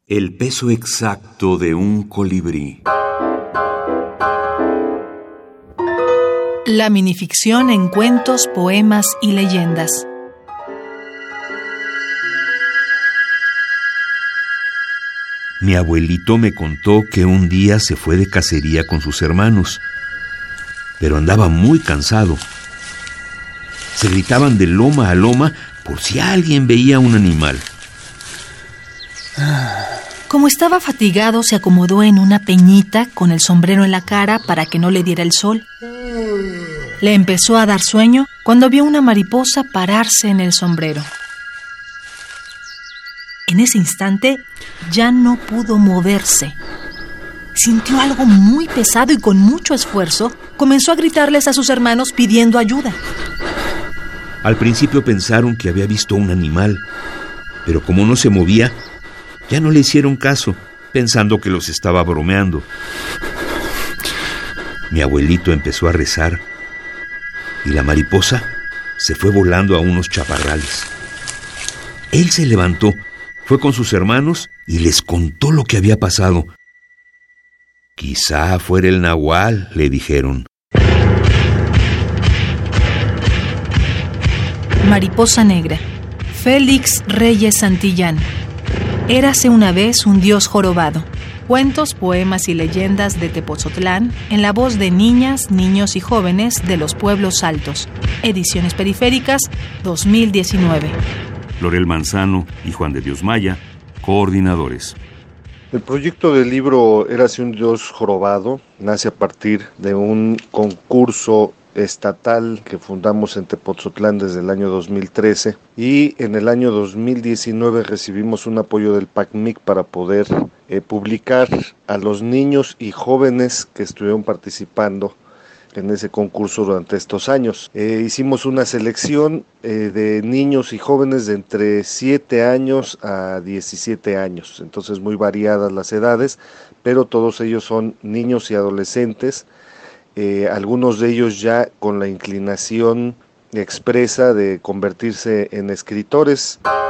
El peso exacto de un colibrí. La minificción en cuentos, poemas y leyendas. Mi abuelito me contó que un día se fue de cacería con sus hermanos, pero andaba muy cansado. Se gritaban de loma a loma por si alguien veía un animal. Como estaba fatigado, se acomodó en una peñita con el sombrero en la cara para que no le diera el sol. Le empezó a dar sueño cuando vio una mariposa pararse en el sombrero. En ese instante ya no pudo moverse. Sintió algo muy pesado y con mucho esfuerzo comenzó a gritarles a sus hermanos pidiendo ayuda. Al principio pensaron que había visto un animal, pero como no se movía, ya no le hicieron caso, pensando que los estaba bromeando. Mi abuelito empezó a rezar y la mariposa se fue volando a unos chaparrales. Él se levantó, fue con sus hermanos y les contó lo que había pasado. Quizá fuera el nahual, le dijeron. Mariposa negra. Félix Reyes Santillán. Érase una vez un dios jorobado. Cuentos, poemas y leyendas de Tepotzotlán en la voz de niñas, niños y jóvenes de los pueblos altos. Ediciones Periféricas 2019. Lorel Manzano y Juan de Dios Maya, coordinadores. El proyecto del libro Érase un dios jorobado nace a partir de un concurso estatal que fundamos en Tepotzotlán desde el año 2013 y en el año 2019 recibimos un apoyo del PACMIC para poder publicar a los niños y jóvenes que estuvieron participando en ese concurso durante estos años. Hicimos una selección de niños y jóvenes de entre 7 años a 17 años, entonces muy variadas las edades, pero todos ellos son niños y adolescentes, algunos de ellos ya con la inclinación expresa de convertirse en escritores.